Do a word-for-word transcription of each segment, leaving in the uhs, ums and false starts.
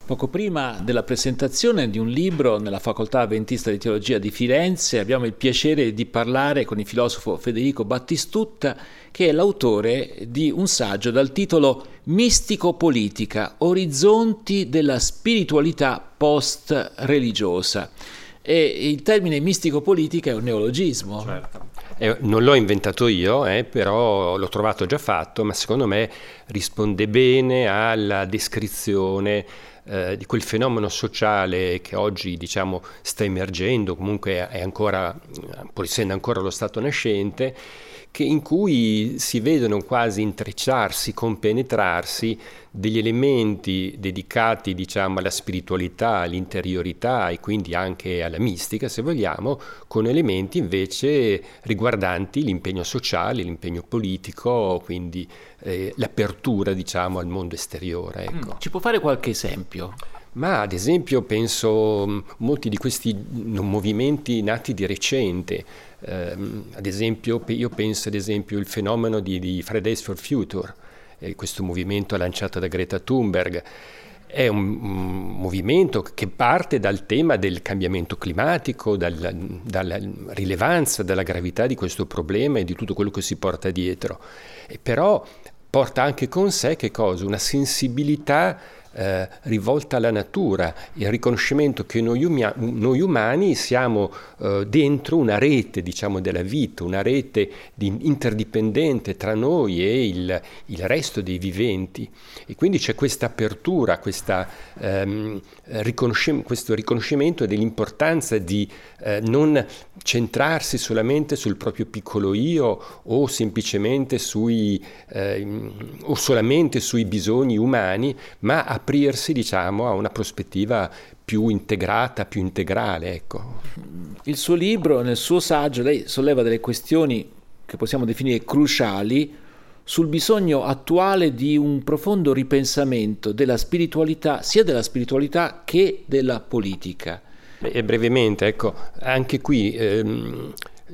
Poco prima della presentazione di un libro nella Facoltà Adventista di Teologia di Firenze abbiamo il piacere di parlare con il filosofo Federico Battistutta, che è l'autore di un saggio dal titolo Mistico-politica, orizzonti della spiritualità post-religiosa. E il termine mistico-politica è un neologismo. Certo. Eh, non l'ho inventato io, eh, però l'ho trovato già fatto, ma secondo me risponde bene alla descrizione eh, di quel fenomeno sociale che oggi, diciamo, sta emergendo, comunque è ancora, pur essendo ancora lo stato nascente, che in cui si vedono quasi intrecciarsi, compenetrarsi degli elementi dedicati, diciamo, alla spiritualità, all'interiorità e quindi anche alla mistica, se vogliamo, con elementi invece riguardanti l'impegno sociale, l'impegno politico, quindi eh, l'apertura, diciamo, al mondo esteriore. Ecco. Mm, ci può fare qualche esempio? Ma ad esempio penso molti di questi movimenti nati di recente, eh, ad esempio io penso ad esempio il fenomeno di, di Fridays for Future, eh, questo movimento lanciato da Greta Thunberg. È un, un movimento che parte dal tema del cambiamento climatico, dal, dalla rilevanza, dalla gravità di questo problema e di tutto quello che si porta dietro, e però porta anche con sé che cosa? Una sensibilità Eh, rivolta alla natura, il riconoscimento che noi, umia- noi umani siamo eh, dentro una rete, diciamo, della vita, una rete di interdipendente tra noi e il, il resto dei viventi, e quindi c'è questa apertura, questa, ehm, riconosci- questo riconoscimento dell'importanza di eh, non centrarsi solamente sul proprio piccolo io o semplicemente sui eh, o solamente sui bisogni umani, ma aprirsi, diciamo, a una prospettiva più integrata, più integrale, ecco. Il suo libro, nel suo saggio, lei solleva delle questioni che possiamo definire cruciali sul bisogno attuale di un profondo ripensamento della spiritualità, sia della spiritualità che della politica. E brevemente, ecco, anche qui ehm,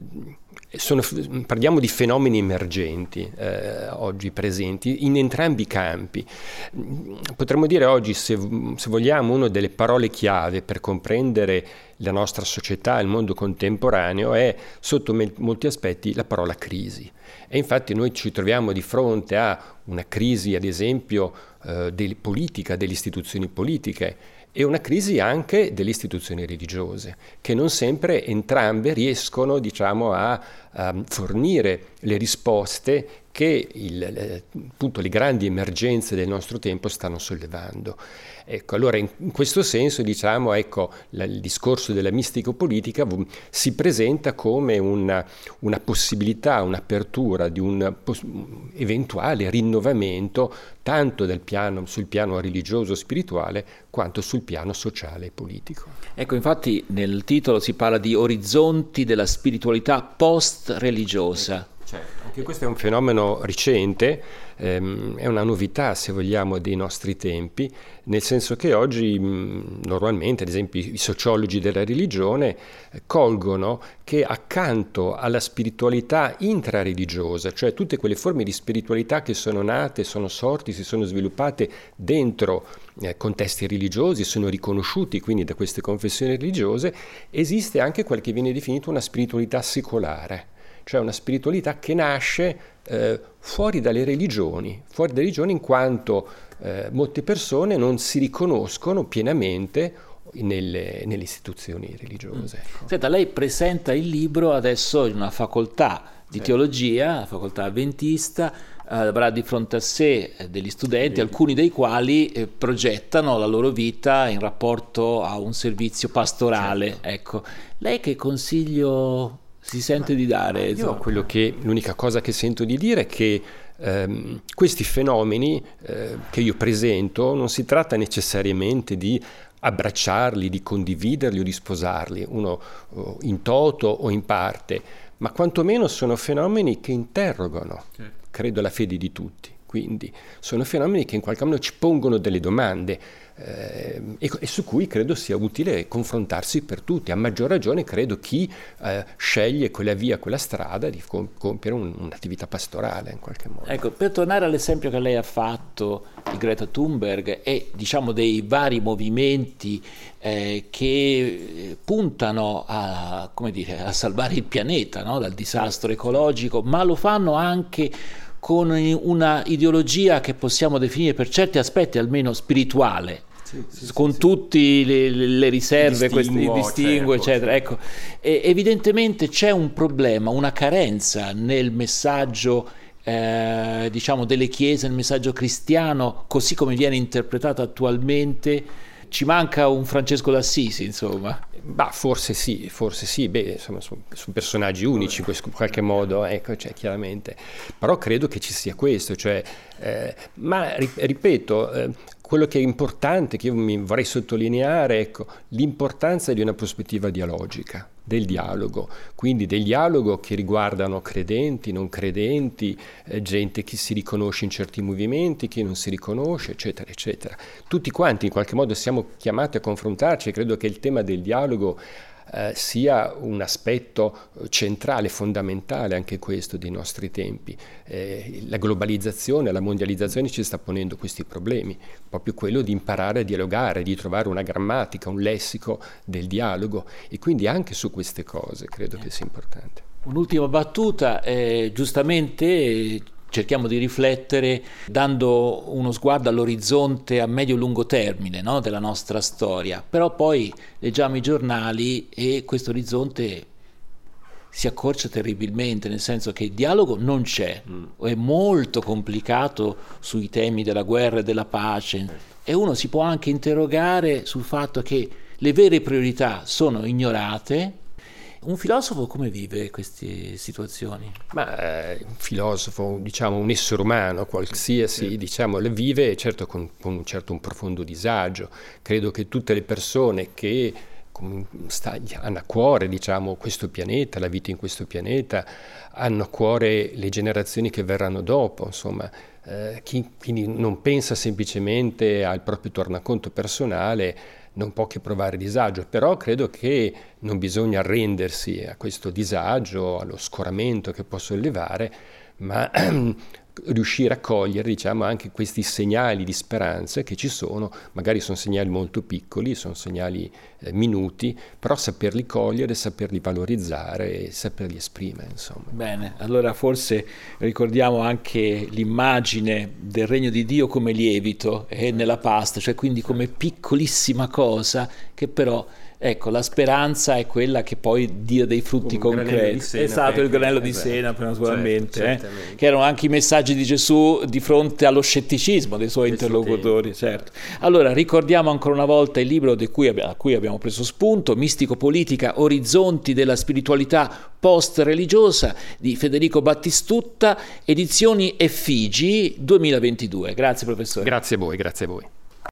sono, parliamo di fenomeni emergenti eh, oggi presenti in entrambi i campi. Potremmo dire oggi, se, se vogliamo, una delle parole chiave per comprendere la nostra società, il mondo contemporaneo, è sotto me- molti aspetti la parola crisi. E infatti noi ci troviamo di fronte a una crisi, ad esempio, eh, della politica, delle istituzioni politiche, e una crisi anche delle istituzioni religiose, che non sempre entrambe riescono, diciamo, a, a fornire le risposte che il, appunto, le grandi emergenze del nostro tempo stanno sollevando. Ecco, allora in, in questo senso, diciamo, ecco, la, il discorso della mistico-politica si presenta come una, una possibilità, un'apertura di un pos- eventuale rinnovamento tanto del piano, sul piano religioso spirituale quanto sul piano sociale e politico. Ecco, infatti nel titolo si parla di orizzonti della spiritualità post-religiosa. Certo, anche questo è un fenomeno recente, ehm, è una novità, se vogliamo, dei nostri tempi, nel senso che oggi mh, normalmente, ad esempio, i sociologi della religione eh, colgono che accanto alla spiritualità intrareligiosa, cioè tutte quelle forme di spiritualità che sono nate, sono sorti, si sono sviluppate dentro eh, contesti religiosi, sono riconosciuti quindi da queste confessioni religiose, esiste anche quel che viene definito una spiritualità secolare, cioè una spiritualità che nasce eh, fuori dalle religioni, fuori dalle religioni in quanto eh, molte persone non si riconoscono pienamente nelle, nelle istituzioni religiose. Mm. Senta, lei presenta il libro adesso in una facoltà di teologia, la facoltà avventista, eh, avrà di fronte a sé eh, degli studenti, alcuni dei quali eh, progettano la loro vita in rapporto a un servizio pastorale. Certo. Ecco, lei che consiglio si sente Ma di dare? Io quello che, l'unica cosa che sento di dire è che ehm, questi fenomeni eh, che io presento non si tratta necessariamente di abbracciarli, di condividerli o di sposarli, uno oh, in toto o in parte, ma quantomeno sono fenomeni che interrogano, certo, credo, la fede di tutti. quindi sono fenomeni che in qualche modo ci pongono delle domande eh, e, e su cui credo sia utile confrontarsi per tutti, a maggior ragione credo chi eh, sceglie quella via, quella strada di compiere un, un'attività pastorale in qualche modo. Ecco, per tornare all'esempio che lei ha fatto di Greta Thunberg e diciamo dei vari movimenti eh, che puntano a, come dire, a salvare il pianeta, no, dal disastro ecologico, ma lo fanno anche con una ideologia che possiamo definire per certi aspetti almeno spirituale, sì, sì, con sì, tutte sì. le, le riserve, distinguo, questi distingue, certo, eccetera. certo. Ecco, e evidentemente c'è un problema, una carenza nel messaggio eh, diciamo delle chiese, nel messaggio cristiano, così come viene interpretato attualmente. Ci manca un Francesco d'Assisi, insomma. Bah, forse sì, forse sì, beh, insomma, sono, sono personaggi unici in qualche modo, ecco, cioè, chiaramente. Però credo che ci sia questo, cioè, eh, ma ripeto, eh, quello che è importante, che io mi vorrei sottolineare, ecco, l'importanza di una prospettiva dialogica, del dialogo, quindi del dialogo che riguardano credenti, non credenti, eh, gente che si riconosce in certi movimenti, chi non si riconosce, eccetera, eccetera. Tutti quanti in qualche modo siamo chiamati a confrontarci e credo che il tema del dialogo eh, sia un aspetto centrale, fondamentale anche questo dei nostri tempi. Eh, la globalizzazione, la mondializzazione ci sta ponendo questi problemi, proprio quello di imparare a dialogare, di trovare una grammatica, un lessico del dialogo, e quindi anche su queste cose credo che sia importante. Un'ultima battuta, eh, giustamente cerchiamo di riflettere dando uno sguardo all'orizzonte a medio-lungo termine, no, della nostra storia, però poi leggiamo i giornali e questo orizzonte si accorcia terribilmente, nel senso che il dialogo non c'è, mm. è molto complicato sui temi della guerra e della pace, e uno si può anche interrogare sul fatto che le vere priorità sono ignorate. Un filosofo come vive queste situazioni? Ma eh, un filosofo, diciamo un essere umano qualsiasi, sì. diciamo, le vive certo con, con un certo un profondo disagio. Credo che tutte le persone che sta, hanno a cuore, diciamo, questo pianeta, la vita in questo pianeta, hanno a cuore le generazioni che verranno dopo, insomma, eh, chi quindi non pensa semplicemente al proprio tornaconto personale non può che provare disagio, però credo che non bisogna arrendersi a questo disagio, allo scoramento che può sollevare, ma riuscire a cogliere, diciamo, anche questi segnali di speranza che ci sono. Magari sono segnali molto piccoli, sono segnali eh, minuti, però saperli cogliere, saperli valorizzare e saperli esprimere, insomma. Bene, allora forse ricordiamo anche l'immagine del regno di Dio come lievito e nella pasta, cioè quindi come piccolissima cosa che però, ecco, la speranza è quella che poi dia dei frutti concreti. Esatto, il granello di sena, naturalmente, certo, eh, che erano anche i messaggi di Gesù di fronte allo scetticismo dei suoi interlocutori. Certo. Allora, ricordiamo ancora una volta il libro di cui abbiamo, a cui abbiamo preso spunto, Mistico-politica, orizzonti della spiritualità post-religiosa, di Federico Battistutta, edizioni Effigi duemilaventidue. Grazie professore. Grazie a voi, grazie a voi.